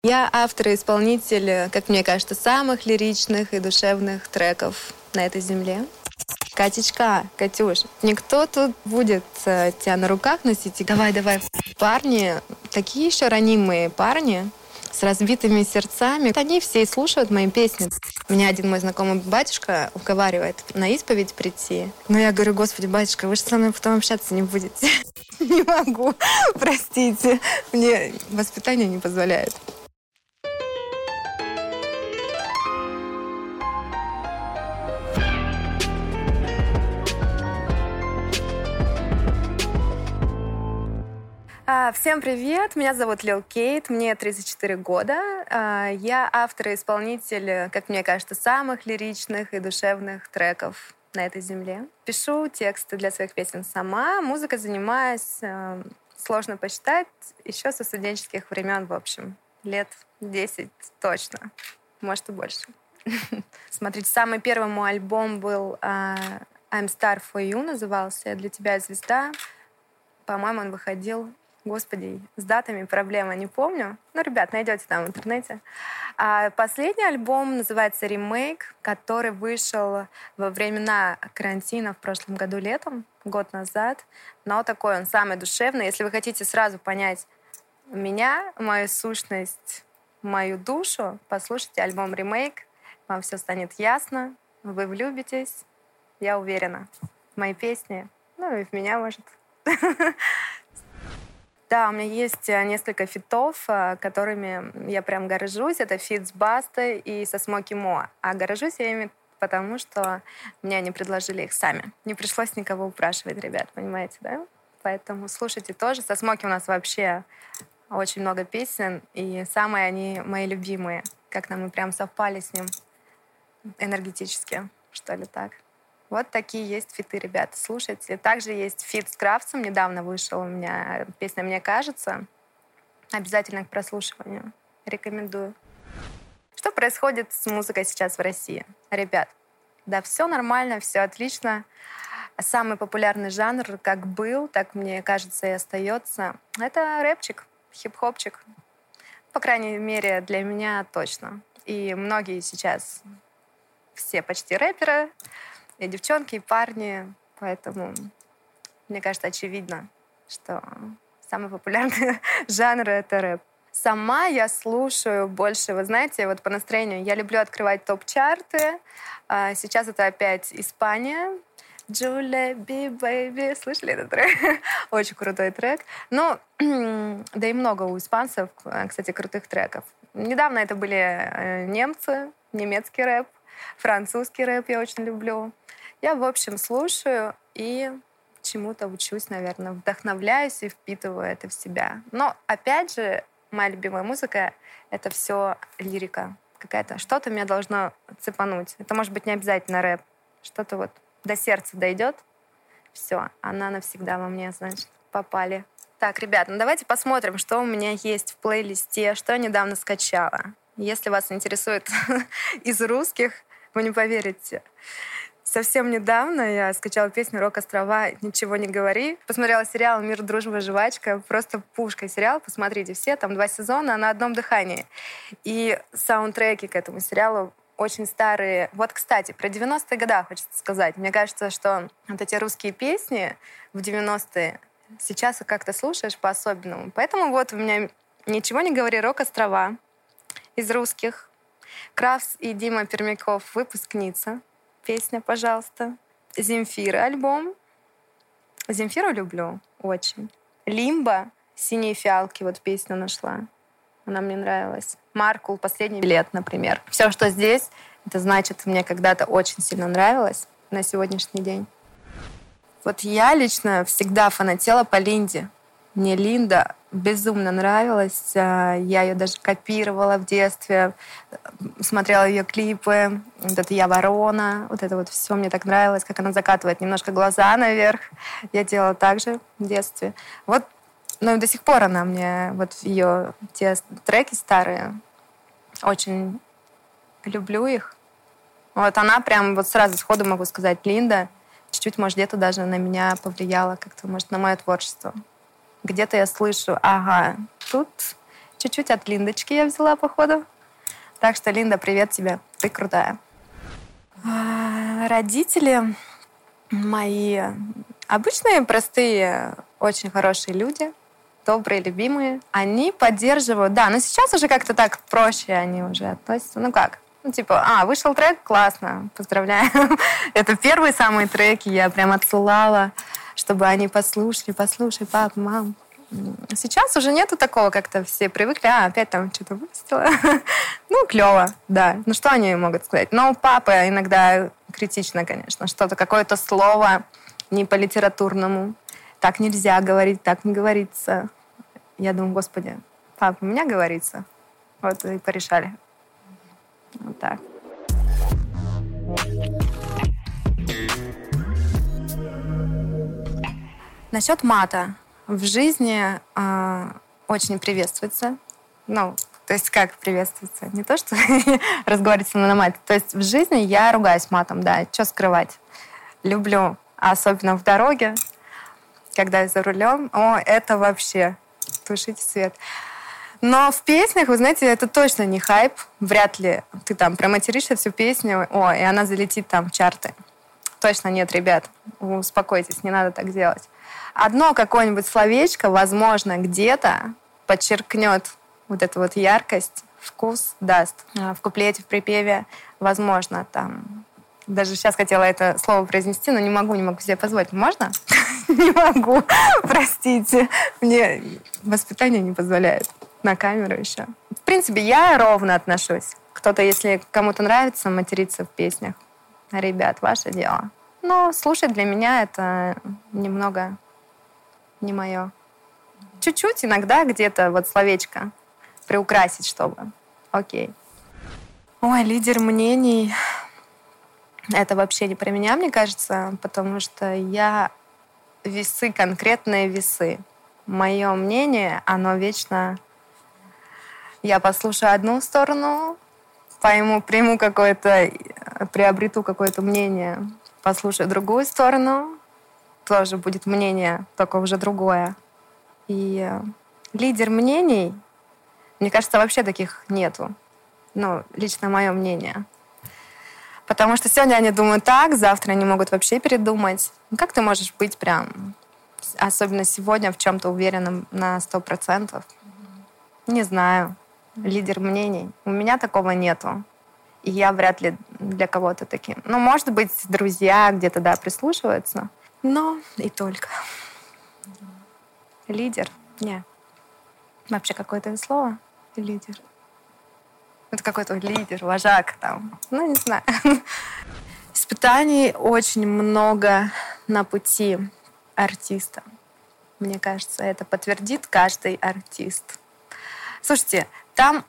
Я автор и исполнитель, как мне кажется, самых лиричных и душевных треков на этой земле. Катечка, Катюш, никто тут будет тебя на руках носить. Давай. Парни, такие еще ранимые парни, с разбитыми сердцами. Они все и слушают мои песни. Меня один мой знакомый батюшка уговаривает на исповедь прийти. Но я говорю: Господи, батюшка, вы же со мной потом общаться не будете. Не могу, простите. Мне воспитание не позволяет. Всем привет! Меня зовут Лил Кейт, мне 34 года. Я автор и исполнитель, как мне кажется, самых лиричных и душевных треков на этой земле. Пишу тексты для своих песен сама, музыкой занимаюсь, сложно посчитать, еще со студенческих времен, в общем. Лет 10 точно, может и больше. Смотрите, самый первый мой альбом был I'm Star for You, назывался «Для тебя я звезда». По-моему, он выходил... Господи, с датами проблема, не помню. Ну, ребят, найдете там в интернете. А последний альбом называется «Ремейк», который вышел во времена карантина в прошлом году летом, год назад. Но такой он самый душевный. Если вы хотите сразу понять меня, мою сущность, мою душу, послушайте альбом «Ремейк». Вам все станет ясно, вы влюбитесь, я уверена. В мои песни, ну и в меня, может. Да, у меня есть несколько фитов, которыми я прям горжусь. Это фит с Бастой и со Смоки Мо. А горжусь я ими потому, что мне они предложили их сами. Не пришлось никого упрашивать, ребят, понимаете, да? Поэтому слушайте тоже. Со Смоки у нас вообще очень много песен, и самые они мои любимые. Как-то мы прям совпали с ним энергетически, что ли, так. Вот такие есть фиты, ребята, слушайте. Также есть фит с Кравцем, недавно вышел у меня песня «Мне кажется». Обязательно к прослушиванию. Рекомендую. Что происходит с музыкой сейчас в России? Ребят, да все нормально, все отлично. Самый популярный жанр как был, так, мне кажется, и остается. Это рэпчик, хип-хопчик. По крайней мере, для меня точно. И многие сейчас, все почти рэперы, и девчонки, и парни. Поэтому, мне кажется, очевидно, что самый популярный жанр — это рэп. Сама я слушаю больше, вы знаете, вот по настроению. Я люблю открывать топ-чарты. Сейчас это опять Испания. Джулия Би Бэйби. Слышали этот трек? Очень крутой трек. Ну, да и много у испанцев, кстати, крутых треков. Недавно это были немцы, немецкий рэп, французский рэп я очень люблю. Я, в общем, слушаю и чему-то учусь, наверное, вдохновляюсь и впитываю это в себя. Но, опять же, моя любимая музыка — это все лирика какая-то. Что-то меня должно цепануть. Это может быть не обязательно рэп. Что-то вот до сердца дойдет. Все, она навсегда во мне, значит, попали. Так, ребят, ну давайте посмотрим, что у меня есть в плейлисте, что я недавно скачала. Если вас интересует из русских, вы не поверите. Совсем недавно я скачала песню «Рок Острова» «Ничего не говори». Посмотрела сериал «Мир, дружба, жвачка». Просто пушка сериал. Посмотрите все, там 2 сезона на одном дыхании. И саундтреки к этому сериалу очень старые. Вот, кстати, про 90-е годы хочется сказать. Мне кажется, что вот эти русские песни в 90-е сейчас их как-то слушаешь по-особенному. Поэтому вот у меня «Ничего не говори», «Рок Острова» из русских. Кравц и Дима Пермяков «Выпускница». Песня, пожалуйста. Земфира альбом. Земфиру люблю очень. Лимба, «Синие фиалки», вот песню нашла. Она мне нравилась. Маркул, «Последний билет», например. Все, что здесь, это значит, мне когда-то очень сильно нравилось на сегодняшний день. Вот я лично всегда фанатела по Линде. Мне Линда безумно нравилась. Я ее даже копировала в детстве, смотрела ее клипы. Вот это «Я ворона», вот это вот все мне так нравилось, как она закатывает немножко глаза наверх. Я делала так же в детстве. Вот, ну и до сих пор она мне, вот ее те треки старые, очень люблю их. Вот она прям вот сразу сходу могу сказать, Линда чуть-чуть, может, где-то даже на меня повлияла как-то, может, на мое творчество. Где-то я слышу, ага, тут Чуть-чуть от Линдочки я взяла, походу. Так что, Линда, привет тебе. Ты крутая. Родители мои обычные, простые, очень хорошие люди. Добрые, любимые. Они поддерживают. Да, но сейчас уже как-то так проще они уже относятся. Ну как? Ну, типа, вышел трек, классно, поздравляю. Это первые самые треки, я прям отсылала, чтобы они послушали, послушай, пап, мам. Сейчас уже нету такого, как-то все привыкли, опять там что-то выпустила. Ну, клево, да. Ну, что они могут сказать? Но папа иногда критично, конечно. Что-то, какое-то слово не по литературному. Так нельзя говорить, так не говорится. Я думаю, господи, пап, у меня говорится. Вот и порешали. Вот так. Насчет мата. В жизни очень приветствуется. Ну, то есть как приветствуется? Не то, что разговаривать на мате. То есть в жизни я ругаюсь матом, да. Что скрывать? Люблю, особенно в дороге, когда я за рулем. Это вообще... Тушите свет. Но в песнях, вы знаете, это точно не хайп. Вряд ли ты там проматеришься всю песню, и она залетит там в чарты. Точно нет, ребят. Успокойтесь, не надо так делать. Одно какое-нибудь словечко, возможно, где-то подчеркнет вот эту вот яркость, вкус даст. В куплете, в припеве, возможно, там... Даже сейчас хотела это слово произнести, но не могу себе позволить. Можно? Не могу, простите. Мне воспитание не позволяет. На камеру еще. В принципе, я ровно отношусь. Кто-то, если кому-то нравится материться в песнях, ребят, ваше дело. Но слушать для меня это немного не мое. Чуть-чуть иногда где-то вот словечко приукрасить, чтобы. Окей. Ой, лидер мнений... Это вообще не про меня, мне кажется, потому что я весы, конкретные весы. Мое мнение, оно вечно... Я послушаю одну сторону, приму какое-то, приобрету какое-то мнение, послушаю другую сторону, тоже будет мнение, только уже другое. И лидер мнений, мне кажется, вообще таких нету. Ну, лично мое мнение. Потому что сегодня они думают так, завтра они могут вообще передумать. Ну, как ты можешь быть прям, особенно сегодня, в чем-то уверенным на 100%? Не знаю. Лидер мнений. У меня такого нету. И я вряд ли для кого-то таким. Ну, может быть, друзья где-то, да, прислушиваются. Но и только. Лидер? Нет. Вообще какое-то слово? Лидер. Это какой-то лидер, вожак там. Ну, не знаю. Испытаний очень много на пути артиста. Мне кажется, это подтвердит каждый артист. Слушайте, там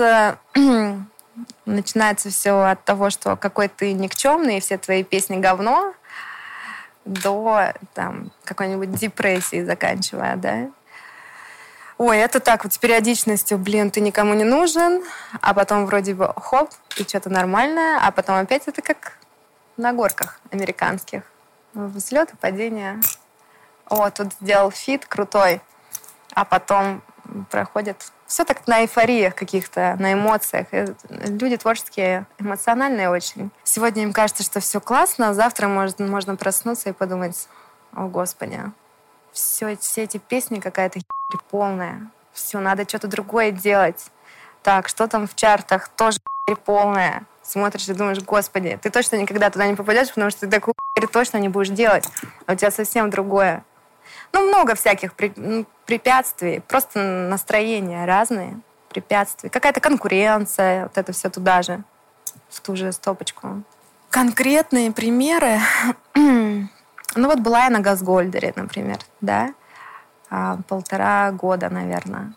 начинается все от того, что какой ты никчемный, и все твои песни говно, до там, какой-нибудь депрессии заканчивая, да? Ой, это так вот с периодичностью, ты никому не нужен, а потом вроде бы хоп, и что-то нормальное, а потом опять это как на горках американских. Взлет и падение. Тут сделал фит крутой, а потом проходит... Все так на эйфориях каких-то, на эмоциях. И люди творческие, эмоциональные очень. Сегодня им кажется, что все классно, а завтра можно проснуться и подумать, о, Господи, все эти песни какая-то полная. Все, надо что-то другое делать. Так, что там в чартах? Тоже полная. Смотришь и думаешь, Господи, ты точно никогда туда не попадешь, потому что ты такую точно не будешь делать. А у тебя совсем другое. Много всяких препятствий. Просто настроения разные. Препятствий. Какая-то конкуренция. Вот это все туда же. В ту же стопочку. Конкретные примеры. Была я на Газгольдере, например, да? 1,5 года, наверное.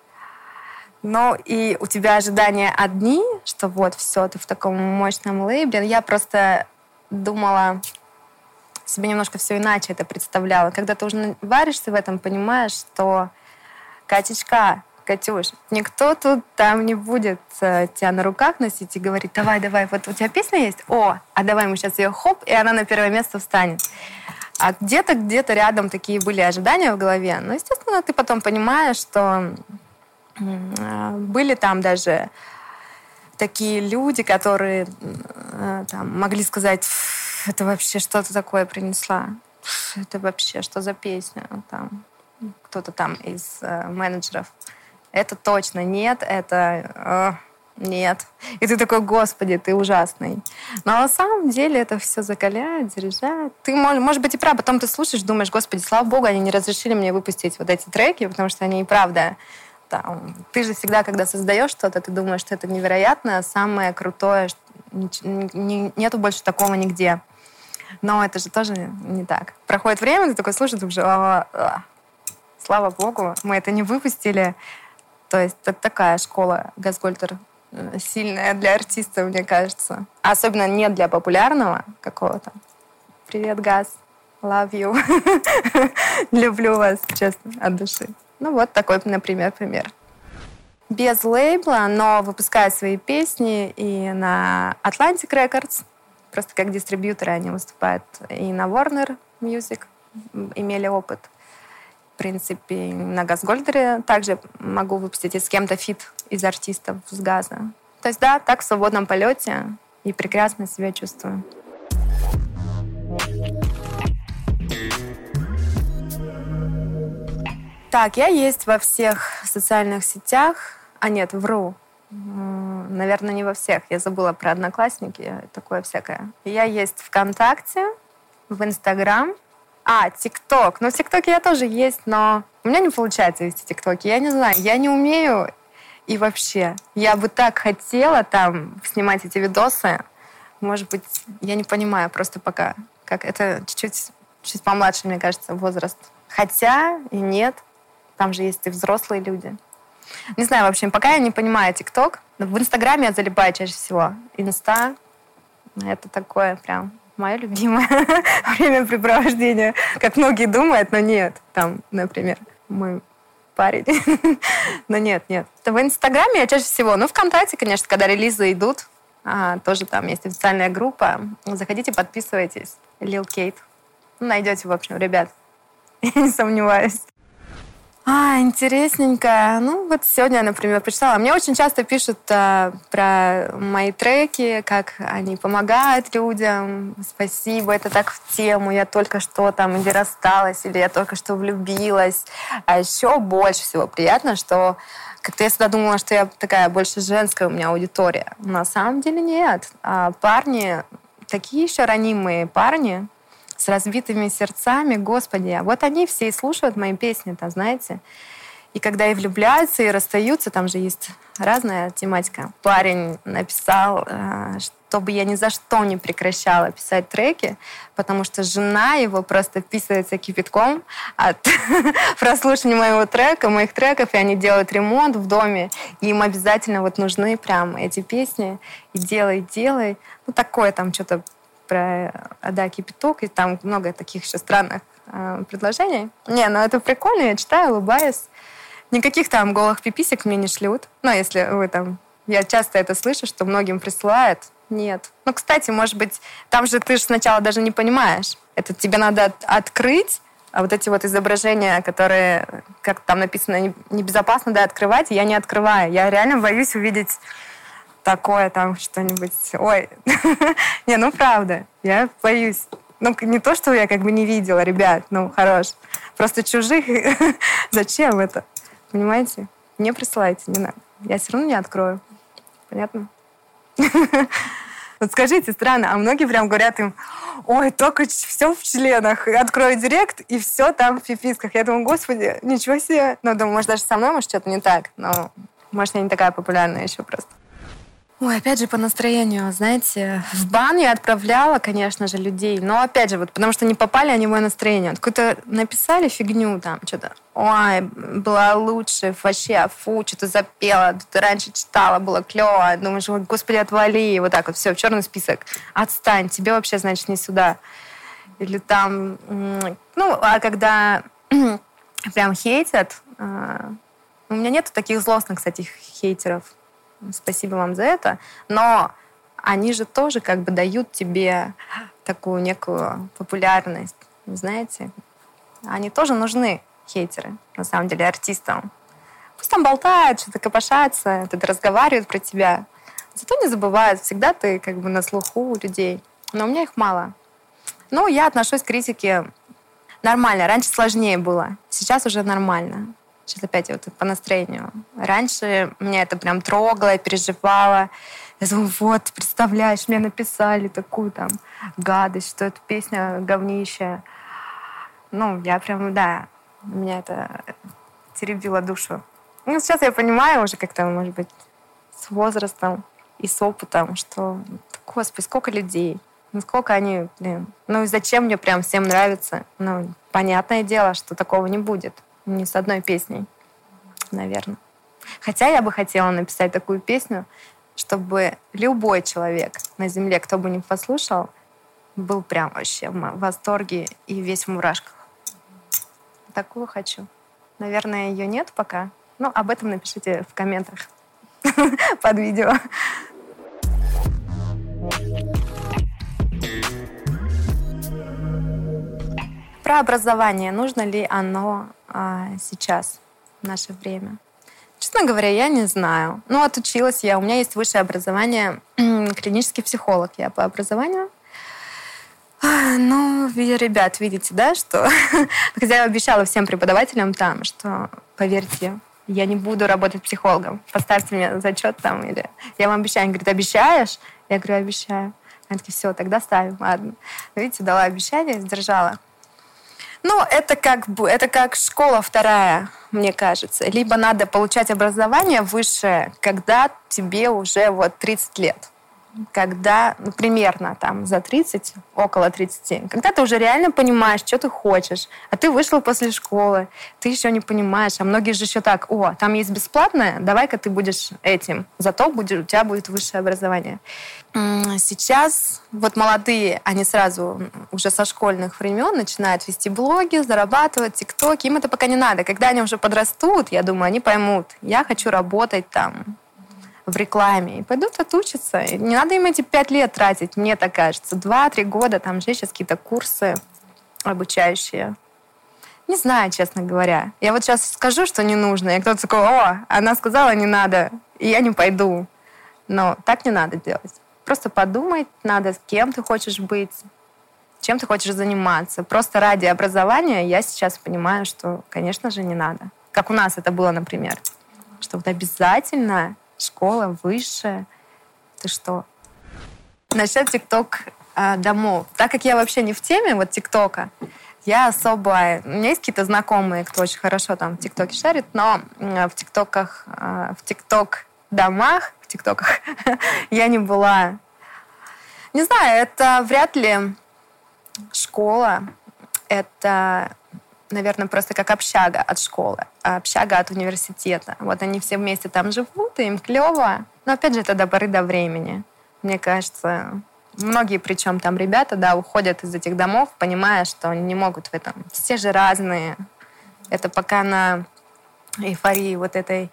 И у тебя ожидания одни, что вот все, ты в таком мощном лейбле. Я просто думала, себе немножко все иначе это представляла. Когда ты уже варишься в этом, понимаешь, что Катюш, никто тут там не будет тебя на руках носить и говорить, давай, вот у тебя песня есть? А давай мы сейчас ее хоп, и она на первое место встанет. А где-то рядом такие были ожидания в голове. Естественно, ты потом понимаешь, что Были там даже такие люди, которые там могли сказать: это вообще что-то такое принесла. Это вообще что за песня? Там кто-то там из менеджеров. Это точно нет, это нет. И ты такой: Господи, ты ужасный. Но на самом деле это все закаляет, заряжает. Ты, может быть, и прав. Потом ты слушаешь, думаешь: Господи, слава Богу, они не разрешили мне выпустить вот эти треки, потому что они и правда... Там, ты же всегда, когда создаешь что-то, ты думаешь, что это невероятно, самое крутое, нету больше такого нигде. Но это же тоже не так. Проходит время, ты такой слушаешь, думаешь: слава Богу, мы это не выпустили. То есть это такая школа Газгольдер сильная для артиста, мне кажется. Особенно не для популярного какого-то. Привет, Газ. Love you. Люблю вас, честно, от души. Ну вот такой, например, пример. Без лейбла, но выпуская свои песни и на Atlantic Records. Просто как дистрибьюторы они выступают и на Warner Music. Имели опыт. В принципе, на Газгольдере также могу выпустить и с кем-то фит из артистов с Газа. То есть да, так в свободном полете и прекрасно себя чувствую. Так, я есть во всех социальных сетях. Нет, вру. Наверное, не во всех. Я забыла про Одноклассники, такое всякое. Я есть ВКонтакте, в Инстаграм. ТикТок. Ну, в ТикТоке я тоже есть, но у меня не получается вести ТикТоки. Я не знаю, я не умею. И вообще, я бы так хотела там снимать эти видосы. Может быть, я не понимаю просто пока, как это чуть помладше, мне кажется, возраст. Хотя и нет. Там же есть и взрослые люди. Не знаю, в общем, пока я не понимаю ТикТок. В Инстаграме я залипаю чаще всего. Инста — это такое прям мое любимое времяпрепровождение. Как многие думают, но нет. Там, например, мой парень. Но нет. В Инстаграме я чаще всего. ВКонтакте, конечно, когда релизы идут, тоже там есть официальная группа. Заходите, подписывайтесь. Lil Kate. Найдете, в общем, ребят. Я не сомневаюсь. Интересненько. Вот сегодня я, например, почитала. Мне очень часто пишут про мои треки, как они помогают людям. Спасибо, это так в тему. Я только что там или рассталась, или я только что влюбилась. А еще больше всего приятно, что как-то я всегда думала, что я такая больше женская у меня аудитория. На самом деле нет. Парни, такие еще ранимые парни, с разбитыми сердцами, Господи. Вот они все и слушают мои песни-то, знаете. И когда и влюбляются, и расстаются, там же есть разная тематика. Парень написал, чтобы я ни за что не прекращала писать треки, потому что жена его просто вписывается кипятком от прослушивания моих треков, и они делают ремонт в доме, и им обязательно нужны прям эти песни. И делай. Такое там что-то про кипяток, и там много таких еще странных предложений. Это прикольно, я читаю, улыбаюсь. Никаких там голых пиписек мне не шлют. Если вы там... Я часто это слышу, что многим присылают. Нет. Кстати, может быть, там же ты сначала даже не понимаешь. Это тебе надо открыть, а вот эти изображения, которые, как там написано, небезопасно открывать, я не открываю. Я реально боюсь увидеть такое там что-нибудь. Ой, правда, я боюсь. Не то, что я не видела, ребят, хорош. Просто чужих, зачем это? Понимаете? Не присылайте, не надо. Я все равно не открою. Понятно? Скажите, странно, а многие прям говорят им: ой, только все в членах, открою директ, и все там в пиписках. Я думаю: Господи, ничего себе. Думаю, может, даже со мной что-то не так, но может, я не такая популярная еще просто. Ой, опять же, по настроению, знаете, в бан я отправляла, конечно же, людей, но опять же, потому что не попали они в мое настроение. Какую-то написали фигню там, что-то, ой, была лучше, вообще, что-то запела, ты раньше читала, было клево, думаешь: ой, Господи, отвали, вот так все, в черный список, отстань, тебе вообще, значит, не сюда. Или там, а когда прям хейтят, у меня нету таких злостных, кстати, хейтеров. Спасибо вам за это. Но они же тоже дают тебе такую некую популярность. Знаете? Они тоже нужны, хейтеры, на самом деле, артистам. Пусть там болтают, что-то копошатся, что-то разговаривают про тебя. Зато не забывают, всегда ты как бы на слуху у людей. Но у меня их мало. Ну, я отношусь к критике нормально. Раньше сложнее было, сейчас уже нормально. Сейчас опять вот по настроению. Раньше меня это прям трогало, я переживала. Я думаю, вот, представляешь, мне написали такую там гадость, что эта песня говнище. Ну, я прям, да, меня это теребило душу. Ну, сейчас я понимаю уже как-то, может быть, с возрастом и с опытом, что, господи, сколько людей, ну, сколько они, блин, ну и зачем мне прям всем нравится? Ну, понятное дело, что такого не будет. Ни с одной песней, наверное. Хотя я бы хотела написать такую песню, чтобы любой человек на земле, кто бы ни послушал, был прям вообще в восторге и весь в мурашках. Такую хочу. Наверное, ее нет пока. Ну, об этом напишите в комментах под видео. Про образование. Нужно ли оно сейчас, в наше время? Честно говоря, я не знаю. Ну, отучилась я. У меня есть высшее образование, клинический психолог я по образованию. Ну, ребят, видите, да, что... Хотя я обещала всем преподавателям там, что, поверьте, я не буду работать психологом. Поставьте мне зачет там или... Я вам обещаю. Они говорят, обещаешь? Я говорю, обещаю. Они такие, все, тогда ставим. Ладно. Видите, дала обещание, сдержала. Ну, это как школа вторая, мне кажется. Либо надо получать образование высшее, когда тебе уже вот 30 лет. Когда, ну, примерно там за 30, около 30. Когда ты уже реально понимаешь, что ты хочешь. А ты вышел после школы, ты еще не понимаешь. А многие же еще так, о, там есть бесплатное, давай-ка ты будешь этим. Зато у тебя будет высшее образование. Сейчас вот молодые, они сразу уже со школьных времен начинают вести блоги, зарабатывать, тиктоки. Им это пока не надо. Когда они уже подрастут, я думаю, они поймут, я хочу работать там в рекламе. И пойдут отучиться. И не надо им эти 5 лет тратить, мне так кажется. 2-3 года, там же сейчас какие-то курсы обучающие. Не знаю, честно говоря. Я вот сейчас скажу, что не нужно, и кто-то такой, о, она сказала, не надо, и я не пойду. Но так не надо делать. Просто подумать надо, с кем ты хочешь быть, чем ты хочешь заниматься. Просто ради образования я сейчас понимаю, что, конечно же, не надо. Как у нас это было, например. Что вот обязательно школа высшая. Ты что? Насчет тикток-домов. Так как я вообще не в теме вот тиктока, я особо... У меня есть какие-то знакомые, кто очень хорошо там в тиктоке шарит, но в тиктоках, в тикток-домах, в тиктоках я не была. Не знаю, это вряд ли школа. Это, наверное, просто как общага от школы, общага от университета. Вот они все вместе там живут, и им клево. Но опять же, это до поры до времени. Мне кажется, многие, причем там ребята, да, уходят из этих домов, понимая, что они не могут в этом. Все же разные. Это пока на эйфории вот этой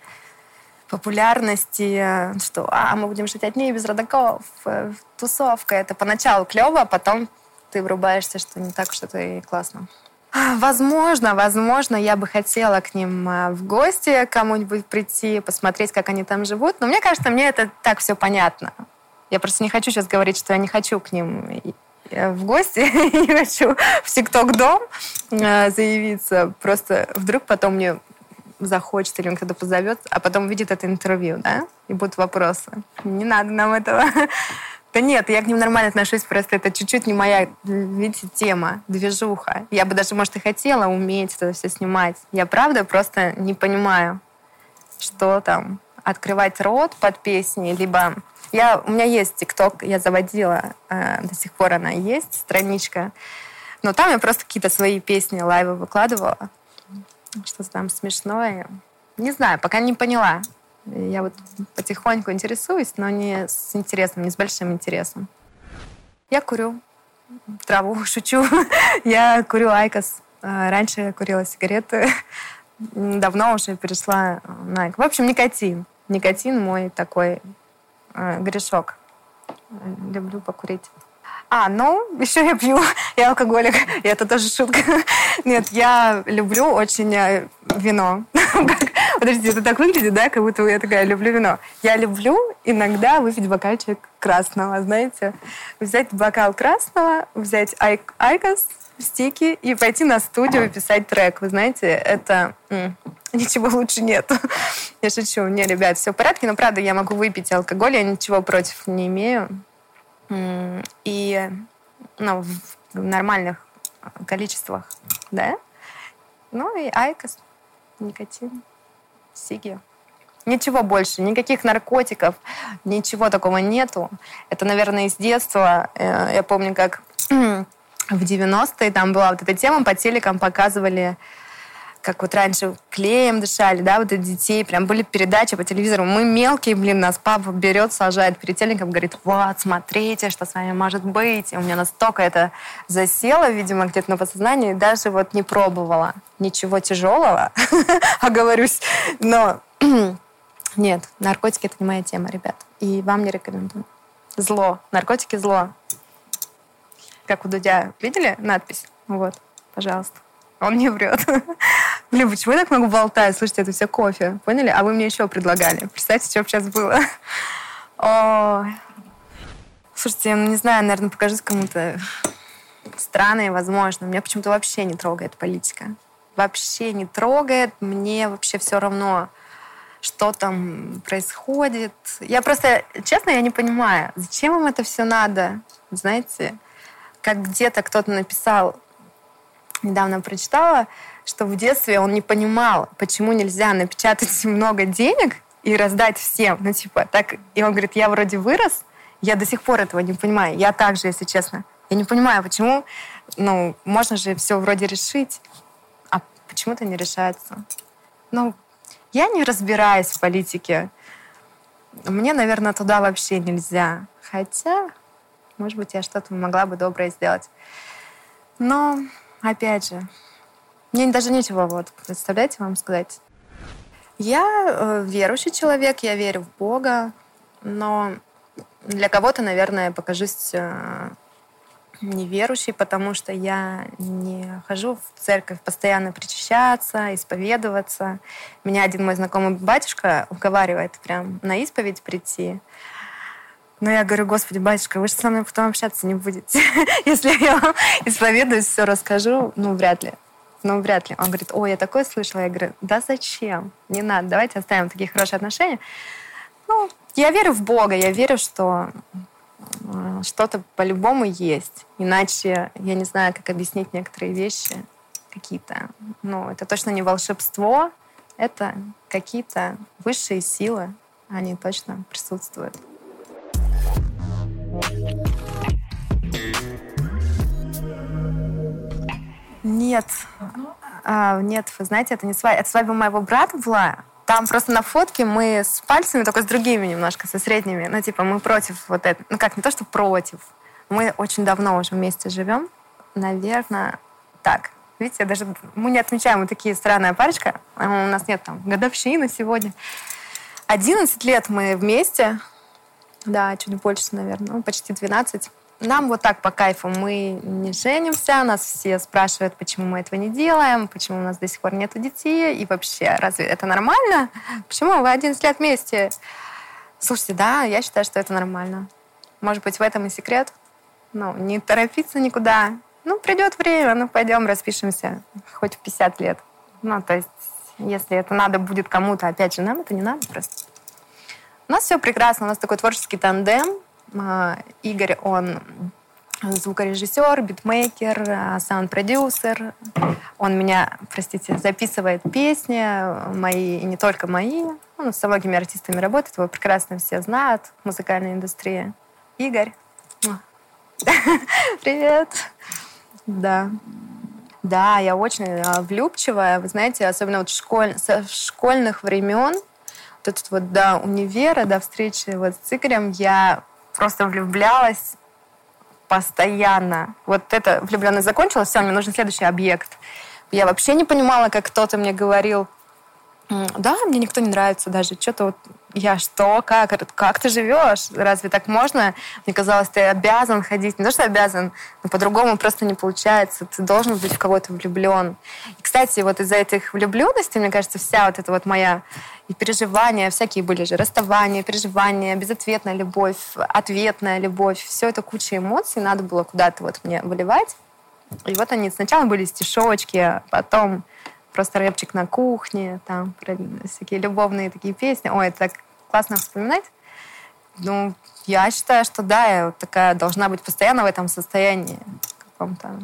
популярности, что мы будем жить одни, без родаков, тусовка. Это поначалу клево, а потом ты врубаешься, что не так уж это и классно. Возможно, я бы хотела к ним в гости кому-нибудь прийти, посмотреть, как они там живут. Но мне кажется, мне это так все понятно. Я просто не хочу сейчас говорить, что я не хочу к ним в гости, не хочу в тикток-дом заявиться. Просто вдруг потом мне захочет или он кто-то позовет, а потом увидит это интервью, да, и будут вопросы. Не надо нам этого. Да нет, я к ним нормально отношусь, просто это чуть-чуть не моя, видите, тема, движуха. Я бы даже, может, и хотела уметь это все снимать. Я, правда, просто не понимаю, что там, открывать рот под песни, либо... У меня есть ТикТок, я заводила, до сих пор она есть, страничка. Но там я просто какие-то свои песни, лайвы выкладывала. Что-то там смешное. Не знаю, пока не поняла. Я вот потихоньку интересуюсь, но не с интересом, не с большим интересом. Я курю траву, шучу. Я курю айкос. Раньше я курила сигареты. Давно уже перешла на айкос. В общем, никотин. Никотин мой такой грешок. Люблю покурить. Еще я пью. Я алкоголик. И это тоже шутка. Нет, я люблю очень вино. Подождите, это так выглядит, да, как будто я такая люблю вино. Я люблю иногда выпить бокальчик красного, знаете. Взять бокал красного, взять айкос, стики и пойти на студию и писать трек. Вы знаете, это... Ничего лучше нет. Я шучу. Не, ребят, все в порядке, но правда я могу выпить алкоголь, я ничего против не имею. И в нормальных количествах, да. Ну и айкос, никотин, сиги. Ничего больше, никаких наркотиков, ничего такого нету. Это, наверное, из детства. Я помню, как в 90-е там была вот эта тема, по телекам показывали, как вот раньше клеем дышали, да, вот эти детей, прям были передачи по телевизору. Мы мелкие, нас папа берет, сажает перед телеком, говорит, вот, смотрите, что с вами может быть. И у меня настолько это засело, видимо, где-то на подсознании, даже вот не пробовала ничего тяжелого, оговорюсь, но нет, наркотики — это не моя тема, ребят, и вам не рекомендую. Зло, наркотики — зло. Как у Дудя, видели надпись? Вот, пожалуйста. Он не врет. Блин, почему я так много болтаю? Слушайте, это все кофе. Поняли? А вы мне еще предлагали. Представьте, что бы сейчас было. Ой. Слушайте, я не знаю, наверное, покажусь кому-то странной, возможно. Меня почему-то вообще не трогает политика. Вообще не трогает. Мне вообще все равно, что там происходит. Я просто, честно, я не понимаю, зачем им это все надо. Знаете, как где-то кто-то написал, недавно прочитала, что в детстве он не понимал, почему нельзя напечатать много денег и раздать всем. Ну, типа, так. И он говорит, я вроде вырос, я до сих пор этого не понимаю. Я также, если честно. Я не понимаю, почему, можно же все вроде решить, а почему-то не решается. Я не разбираюсь в политике. Мне, наверное, туда вообще нельзя. Хотя, может быть, я что-то могла бы доброе сделать. Но... Опять же, мне даже нечего представляете, вам сказать. Я верующий человек, я верю в Бога, но для кого-то, наверное, я покажусь неверующей, потому что я не хожу в церковь постоянно причащаться, исповедоваться. Меня один мой знакомый батюшка уговаривает прям на исповедь прийти. Но я говорю, Господи, батюшка, вы же со мной потом общаться не будете. Если я вам исповедуюсь, все расскажу, вряд ли. Вряд ли. Он говорит, ой, я такое слышала. Я говорю, да зачем? Не надо, давайте оставим такие хорошие отношения. Я верю в Бога, я верю, что что-то по-любому есть. Иначе я не знаю, как объяснить некоторые вещи какие-то. Это точно не волшебство, это какие-то высшие силы, они точно присутствуют. Нет. Нет, вы знаете, это не свадьба. Это свадьба моего брата была. Там просто на фотке мы с пальцами, только с другими немножко, со средними. Мы против вот этого. Не то, что против. Мы очень давно уже вместе живем. Наверное, так. Видите, мы не отмечаем, мы такие странная парочка. У нас нет там годовщины сегодня. 11 лет мы вместе. Да, чуть больше, наверное. Почти 12. Нам вот так по кайфу. Мы не женимся. Нас все спрашивают, почему мы этого не делаем, почему у нас до сих пор нет детей. И вообще, разве это нормально? Почему вы 11 лет вместе? Слушайте, да, я считаю, что это нормально. Может быть, в этом и секрет. Не торопиться никуда. Придет время, пойдем распишемся. Хоть в 50 лет. То есть, если это надо будет кому-то, опять же, нам это не надо просто. У нас все прекрасно, у нас такой творческий тандем. Игорь, он звукорежиссер, битмейкер, саунд-продюсер. Он меня, записывает песни, мои и не только мои. Он со многими артистами работает, его прекрасно все знают в музыкальной индустрии. Игорь. Привет. Да. Да, я очень влюбчивая. Вы знаете, особенно со школьных времен, до универа, до встречи с Игорем, я просто влюблялась постоянно. Эта влюбленность закончилась, все, мне нужен следующий объект. Я вообще не понимала, как кто-то мне говорил, Да, мне никто не нравится даже. Что-то вот я что, как ты живешь? Разве так можно? Мне казалось, ты обязан ходить. Не то, что обязан, но по-другому просто не получается. Ты должен быть в кого-то влюблен. И, кстати, вот из-за этих влюбленностей, мне кажется, вся вот эта вот моя и переживания, всякие были же расставания, переживания, безответная любовь, ответная любовь. Все это куча эмоций, надо было куда-то вот мне выливать. И вот они сначала были стишочки, а потом просто рэпчик на кухне, там всякие любовные такие песни. Ой, это так классно вспоминать. Ну, я считаю, что да, я вот такая должна быть постоянно в этом состоянии каком-то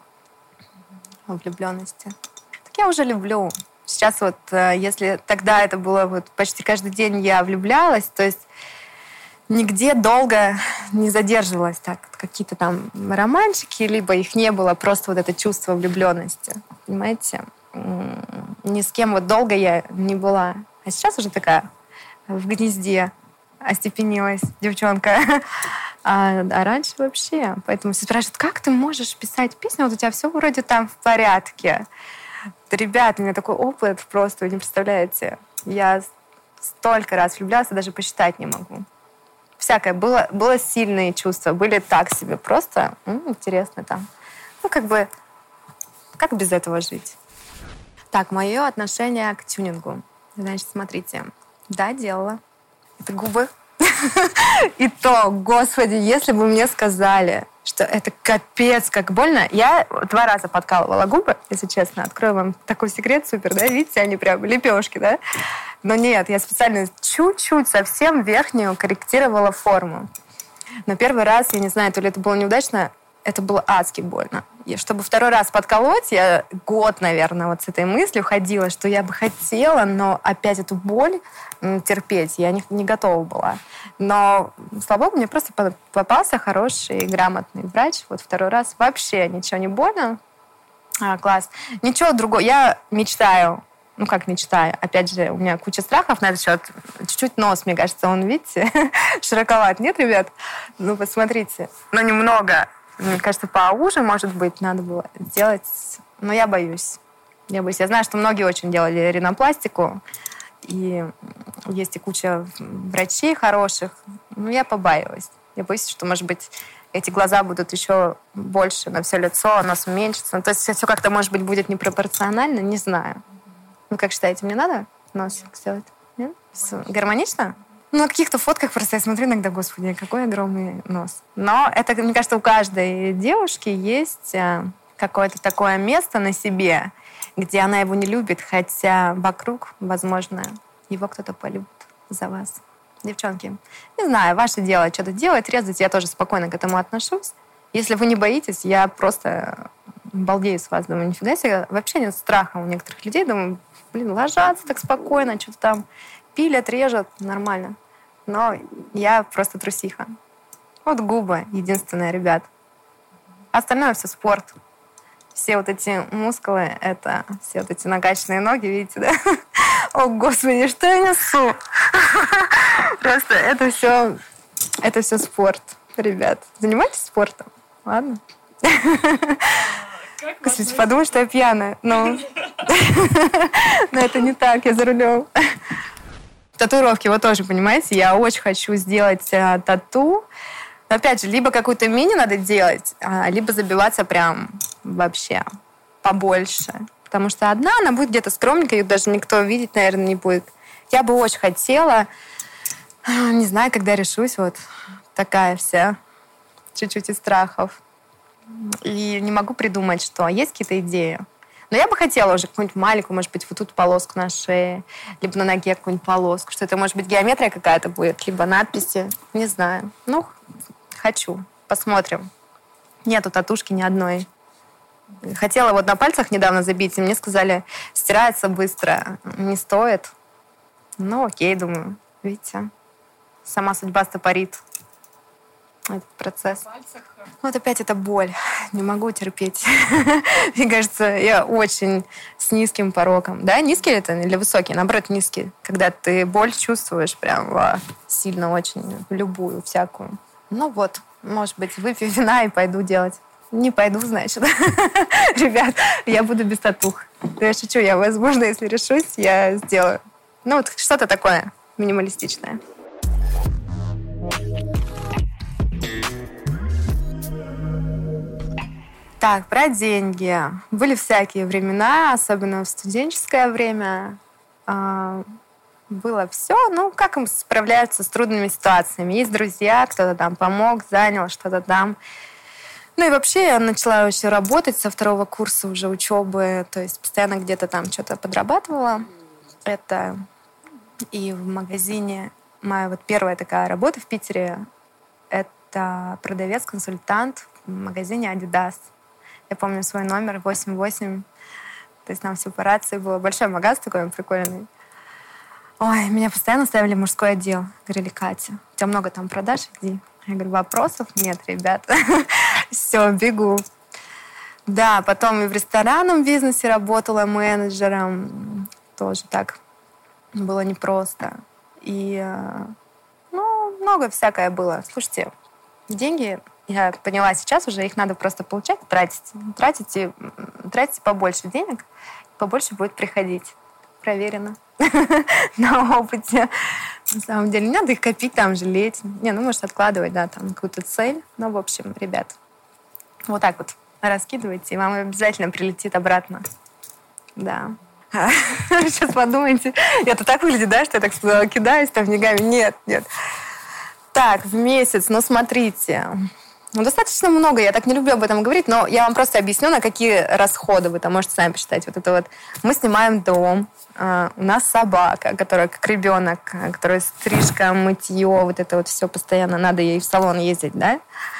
влюбленности. Так я уже люблю. Сейчас вот, если тогда это было вот почти каждый день я влюблялась, то есть нигде долго не задерживалась так. Какие-то там романчики, либо их не было, просто вот это чувство влюбленности. Понимаете? Ни с кем вот долго я не была. А сейчас уже такая в гнезде остепенилась девчонка. А раньше вообще. Поэтому все спрашивают, как ты можешь писать песню? Вот у тебя все вроде там в порядке. Да, ребят, у меня такой опыт просто, вы не представляете. Я столько раз влюблялась, даже посчитать не могу. Всякое. Было сильные чувства, были так себе. Просто интересно там. Ну, как бы, как без этого жить? Так, мое отношение к тюнингу. Значит, смотрите. Да, делала. Это губы. И то, господи, если бы мне сказали, что это капец, как больно. Я 2 раза подкалывала губы, если честно. Открою вам такой секрет супер, да? Видите, они прям лепешки, да? Но нет, я специально чуть-чуть совсем верхнюю корректировала форму. Но первый раз, я не знаю, то ли это было неудачно, это было адски больно. И чтобы 2-й раз подколоть, я год, наверное, вот с этой мыслью ходила, что я бы хотела, но опять эту боль терпеть я не готова была. Но, слава богу, мне просто попался хороший, грамотный врач. Вот 2-й раз вообще ничего не больно. Класс. Ничего другого. Я мечтаю. Ну, как мечтаю. Опять же, у меня куча страхов на этот счет. Чуть-чуть нос, мне кажется, он, видите, широковат. Нет, ребят? Ну, посмотрите. Но немного. Мне кажется, поуже, может быть, надо было сделать. Но я боюсь. Я знаю, что многие очень делали ринопластику. И есть и куча врачей хороших. Но я побаиваюсь. Я боюсь, что, может быть, эти глаза будут еще больше на все лицо, нос уменьшится. То есть все как-то, может быть, будет непропорционально. Не знаю. Вы как считаете, мне надо нос сделать? Нет? Гармонично? Ну, на каких-то фотках просто я смотрю иногда, господи, какой огромный нос. Но это, мне кажется, у каждой девушки есть какое-то такое место на себе, где она его не любит, хотя вокруг, возможно, его кто-то полюбит за вас. Девчонки, не знаю, ваше дело что-то делать, резать, я тоже спокойно к этому отношусь. Если вы не боитесь, я просто балдею с вас, думаю, нифига себе, вообще нет страха у некоторых людей, думаю, ложатся так спокойно, что-то там пилят, режут, нормально. Но я просто трусиха. Вот губы единственное, ребят. Остальное все спорт. Все вот эти мускулы, это все вот эти накачанные ноги, видите, да? О, господи, что я несу? Просто это все спорт, ребят. Занимайтесь спортом, ладно? Господи, подумай, что я пьяная. Но это не так, я за рулем. Татуировки, вот тоже, понимаете, я очень хочу сделать тату. Но, опять же, либо какую-то мини надо делать, либо забиваться прям вообще побольше. Потому что одна, она будет где-то скромненькая, ее даже никто видеть, наверное, не будет. Я бы очень хотела, не знаю, когда решусь, вот такая вся, чуть-чуть из страхов. И не могу придумать, что. Есть какие-то идеи? Но я бы хотела уже какую-нибудь маленькую, может быть, вот тут полоску на шее, либо на ноге какую-нибудь полоску. Что это, может быть, геометрия какая-то будет, либо надписи. Не знаю. Ну, хочу. Посмотрим. Нету татушки ни одной. Хотела вот на пальцах недавно забить, и мне сказали, стирается быстро. Не стоит. Ну, окей, думаю. Видите, сама судьба стопорит этот процесс. Вот опять эта боль. Не могу терпеть. Мне кажется, я очень с низким пороком. Да, низкий это или высокий? Наоборот, низкий. Когда ты боль чувствуешь прям сильно очень, любую, всякую. Ну вот, может быть, выпью вина и пойду делать Не пойду, значит. Ребят, я буду без татух. Да я шучу, я, возможно, если решусь, я сделаю. Ну, вот что-то такое минималистичное. Так, про деньги. Были всякие времена, особенно в студенческое время. Было все. Ну, как им справляются с трудными ситуациями. Есть друзья, кто-то там помог, занял что-то там. Ну и вообще я начала еще работать со 2 курса уже учебы, то есть постоянно где-то там что-то подрабатывала. Это и в магазине. Моя вот первая такая работа в Питере — это продавец-консультант в магазине Adidas. Я помню свой номер 88. То есть нам все по рации было. Большой магаз такой прикольный. Ой, меня постоянно ставили в мужской отдел. Говорили: Катя, у тебя много там продаж, иди. Я говорю: вопросов нет, ребят. Все, бегу. Да, потом и в ресторанном бизнесе работала менеджером. Тоже так было непросто. И, ну, много всякое было. Слушайте, деньги, я поняла сейчас уже, их надо просто получать, тратить. Тратите побольше денег, побольше будет приходить. Проверено. На опыте. На самом деле, не надо их копить, там, жалеть. Не, ну, может, откладывать, да, там, какую-то цель. Ну, в общем, ребят, вот так вот раскидывайте, и вам обязательно прилетит обратно. Да. Сейчас подумайте. Это так выглядит, да, что я так сказала, кидаюсь там деньгами? Нет. Так, в месяц, ну, смотрите. Ну, достаточно много, я так не люблю об этом говорить, но я вам просто объясню, на какие расходы вы там можете сами посчитать. Вот это вот. Мы снимаем дом, у нас собака, которая как ребенок, которая стрижка, мытье, вот это вот все постоянно, надо ей в салон ездить, да?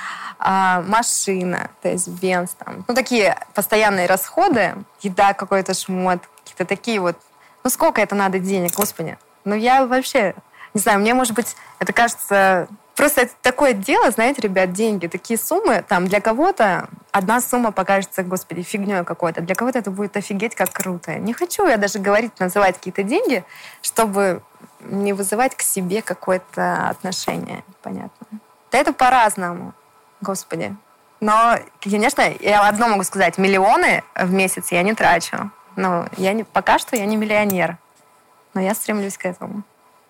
Машина, то есть бенз там. Ну, такие постоянные расходы, еда, какой-то шмот, какие-то такие вот. Ну, сколько это надо денег, господи? Ну, я вообще, не знаю, мне, может быть, это кажется... Просто это такое дело, знаете, ребят, деньги, такие суммы, там, для кого-то одна сумма покажется, господи, фигней какой-то, для кого-то это будет офигеть как круто. Не хочу я даже говорить, называть какие-то деньги, чтобы не вызывать к себе какое-то отношение, понятно. Да это по-разному, господи. Но, конечно, я одно могу сказать, миллионы в месяц я не трачу. Но пока что я не миллионер, но я стремлюсь к этому,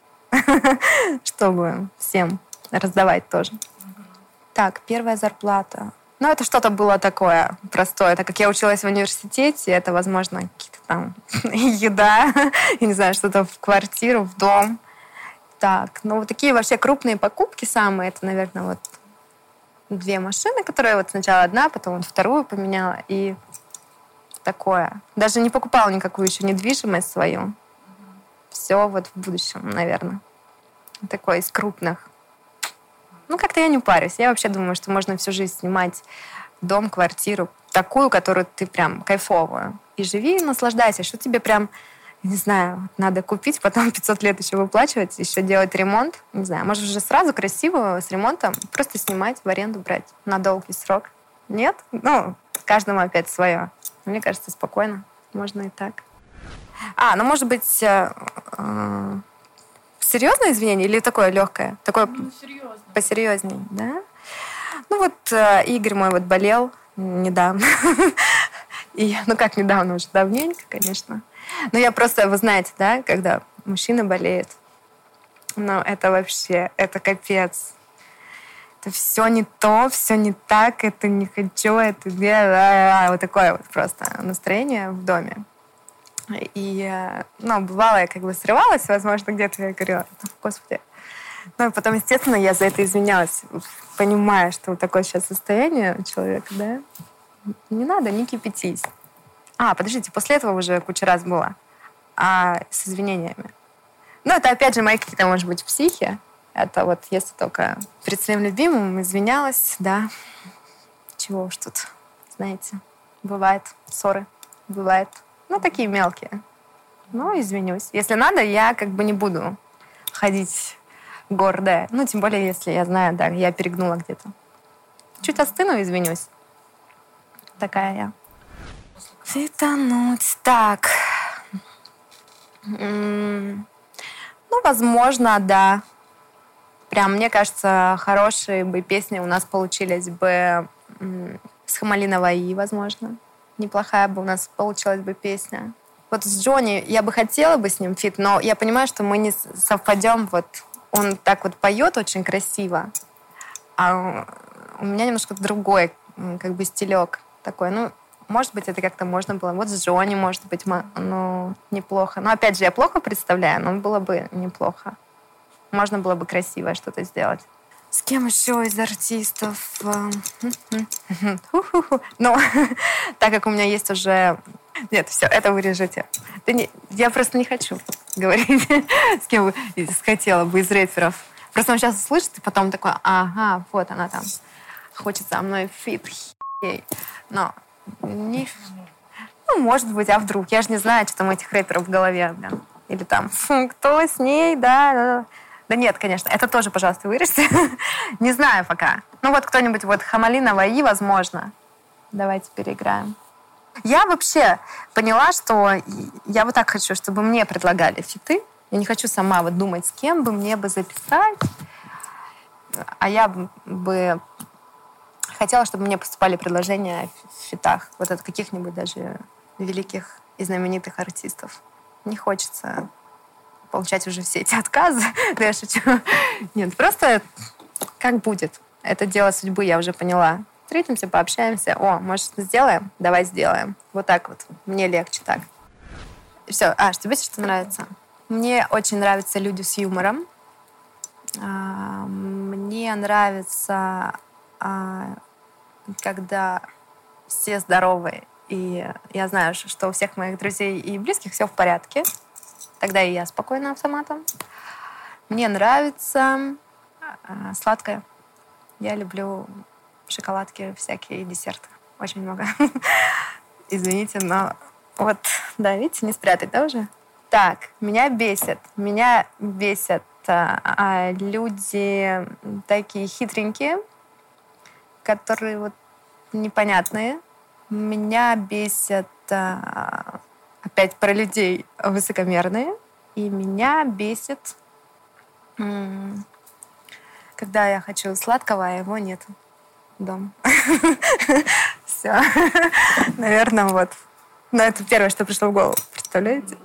чтобы всем раздавать тоже. Так, первая зарплата. Ну, это что-то было такое простое. Так как я училась в университете, это, возможно, какие-то там еда, я не знаю, что-то в квартиру, в дом. Так, ну, вот такие вообще крупные покупки самые, это, наверное, вот 2 машины, которые вот сначала одна, потом вот 2 поменяла, и такое. Даже не покупала никакую еще недвижимость свою. Все вот в будущем, наверное. Такое из крупных. Ну, как-то я не парюсь. Я вообще думаю, что можно всю жизнь снимать дом, квартиру, такую, которую ты прям кайфовую. И живи, и наслаждайся. Что тебе прям, не знаю, надо купить, потом 500 лет еще выплачивать, еще делать ремонт. Не знаю, может уже сразу красиво с ремонтом просто снимать, в аренду брать на долгий срок. Нет? Ну, каждому опять свое. Мне кажется, спокойно. Можно и так. Ну, может быть, серьезное извинение или такое легкое? Такое серьезно. Посерьезней, да? Ну вот Игорь мой вот болел недавно. И, ну как недавно, уже давненько, конечно. Но я просто, вы знаете, да, когда мужчина болеет, ну это вообще, это капец. Это все не то, все не так, это не хочу, это вот такое вот просто настроение в доме. И, ну, бывало, я как бы срывалась, возможно, где-то я говорила: господи. Ну, и потом, естественно, я за это извинялась, понимая, что вот такое сейчас состояние у человека, да. Не надо, не кипятись. Подождите, после этого уже куча раз было. С извинениями. Ну, это, опять же, мои какие-то, может быть, психи. Это вот если только перед своим любимым извинялась, да. Чего уж тут, знаете. Бывает ссоры, бывает. Ну, такие мелкие. Ну, извинюсь. Если надо, я как бы не буду ходить гордая. Ну, тем более, если я знаю, да, я перегнула где-то. Чуть остыну, извинюсь. Такая я. Фитануть. Так. Ну, возможно, да. Прям, мне кажется, хорошие бы песни у нас получились бы С Хамалиновой, возможно. Неплохая бы у нас получилась бы песня. Вот с Джонни я бы хотела бы с ним фит, но я понимаю, что мы не совпадем. Вот он так вот поет очень красиво, а у меня немножко другой как бы стилек такой. Ну, может быть, это как-то можно было. Вот с Джонни, может быть, ну, неплохо. Но опять же, я плохо представляю, но было бы неплохо. Можно было бы красивое что-то сделать. С кем еще из артистов? Ну, так как у меня есть уже... Нет, все, это вырежете. Я просто не хочу говорить, с кем бы хотела бы из рэперов. Просто он сейчас услышит, и потом такой, ага, вот она там хочет со мной фит. Но не... Ну, может быть, а вдруг? Я же не знаю, что там у этих рэперов в голове, блин. Или там, кто с ней, да. Да нет, конечно, это тоже, пожалуйста, вырежьте. Не знаю пока. Ну вот кто-нибудь, вот Хамалинова и, возможно. Давайте переиграем. Я вообще поняла, что я вот так хочу, чтобы мне предлагали фиты. Я не хочу сама вот думать, с кем бы мне бы записать. А я бы хотела, чтобы мне поступали предложения в фитах. Вот от каких-нибудь даже великих и знаменитых артистов. Не хочется получать уже все эти отказы. Да я шучу. Нет, просто как будет. Это дело судьбы, я уже поняла. Встретимся, пообщаемся. О, может, сделаем? Давай сделаем. Вот так вот. Мне легче так. Все. Тебе что нравится? Мне очень нравятся люди с юмором. Мне нравится, когда все здоровы, и я знаю, что у всех моих друзей и близких все в порядке. Тогда и я спокойна автоматом. Мне нравится сладкое. Я люблю шоколадки, всякие десерты. Очень много. Извините, но вот, да, видите, не спрятать, да, уже? Так, меня бесят. Меня бесят люди такие хитренькие, которые вот непонятные. Меня бесят опять про людей высокомерные. И меня бесит, когда я хочу сладкого, а его нет дома. Все. Наверное, вот. Но это первое, что пришло в голову. Представляете?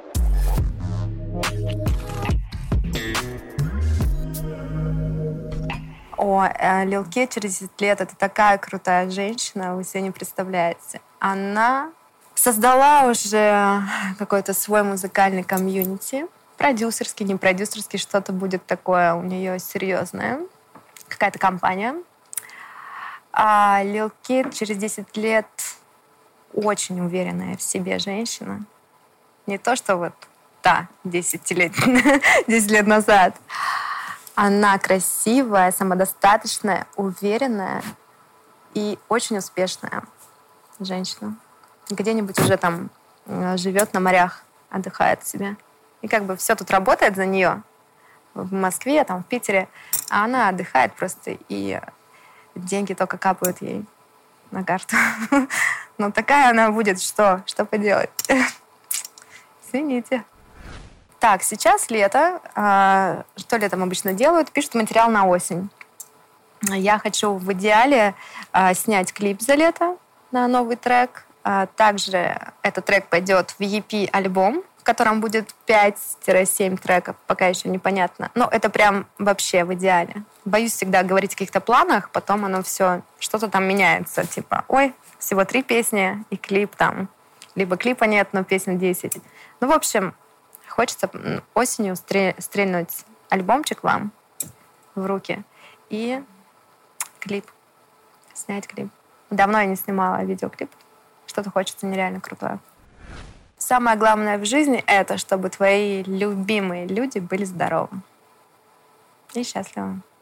Лил Кейт через 10 лет — это такая крутая женщина, вы себе не представляете. Она создала уже какой-то свой музыкальный комьюнити. Продюсерский, не продюсерский, что-то будет такое у нее серьезное. Какая-то компания. А Лил Кейт через 10 лет очень уверенная в себе женщина. Не то, что вот та 10 лет назад. Она красивая, самодостаточная, уверенная и очень успешная женщина. Где-нибудь уже там живет на морях, отдыхает себе. И как бы все тут работает за нее. В Москве, там, в Питере. А она отдыхает просто, и деньги только капают ей на карту. Но такая она будет, что поделать? Извините. Так, сейчас лето. Что летом обычно делают? Пишут материал на осень. Я хочу в идеале снять клип за лето на новый трек. Также этот трек пойдет в EP-альбом, в котором будет 5-7 треков, пока еще непонятно. Но это прям вообще в идеале. Боюсь всегда говорить о каких-то планах, потом оно все, что-то там меняется. Типа, всего 3 песни и клип там. Либо клипа нет, но песен 10. Ну, в общем, хочется осенью стрельнуть альбомчик вам в руки и клип. Снять клип. Давно я не снимала видеоклип. Что-то хочется нереально крутое. Самое главное в жизни — это чтобы твои любимые люди были здоровы и счастливы.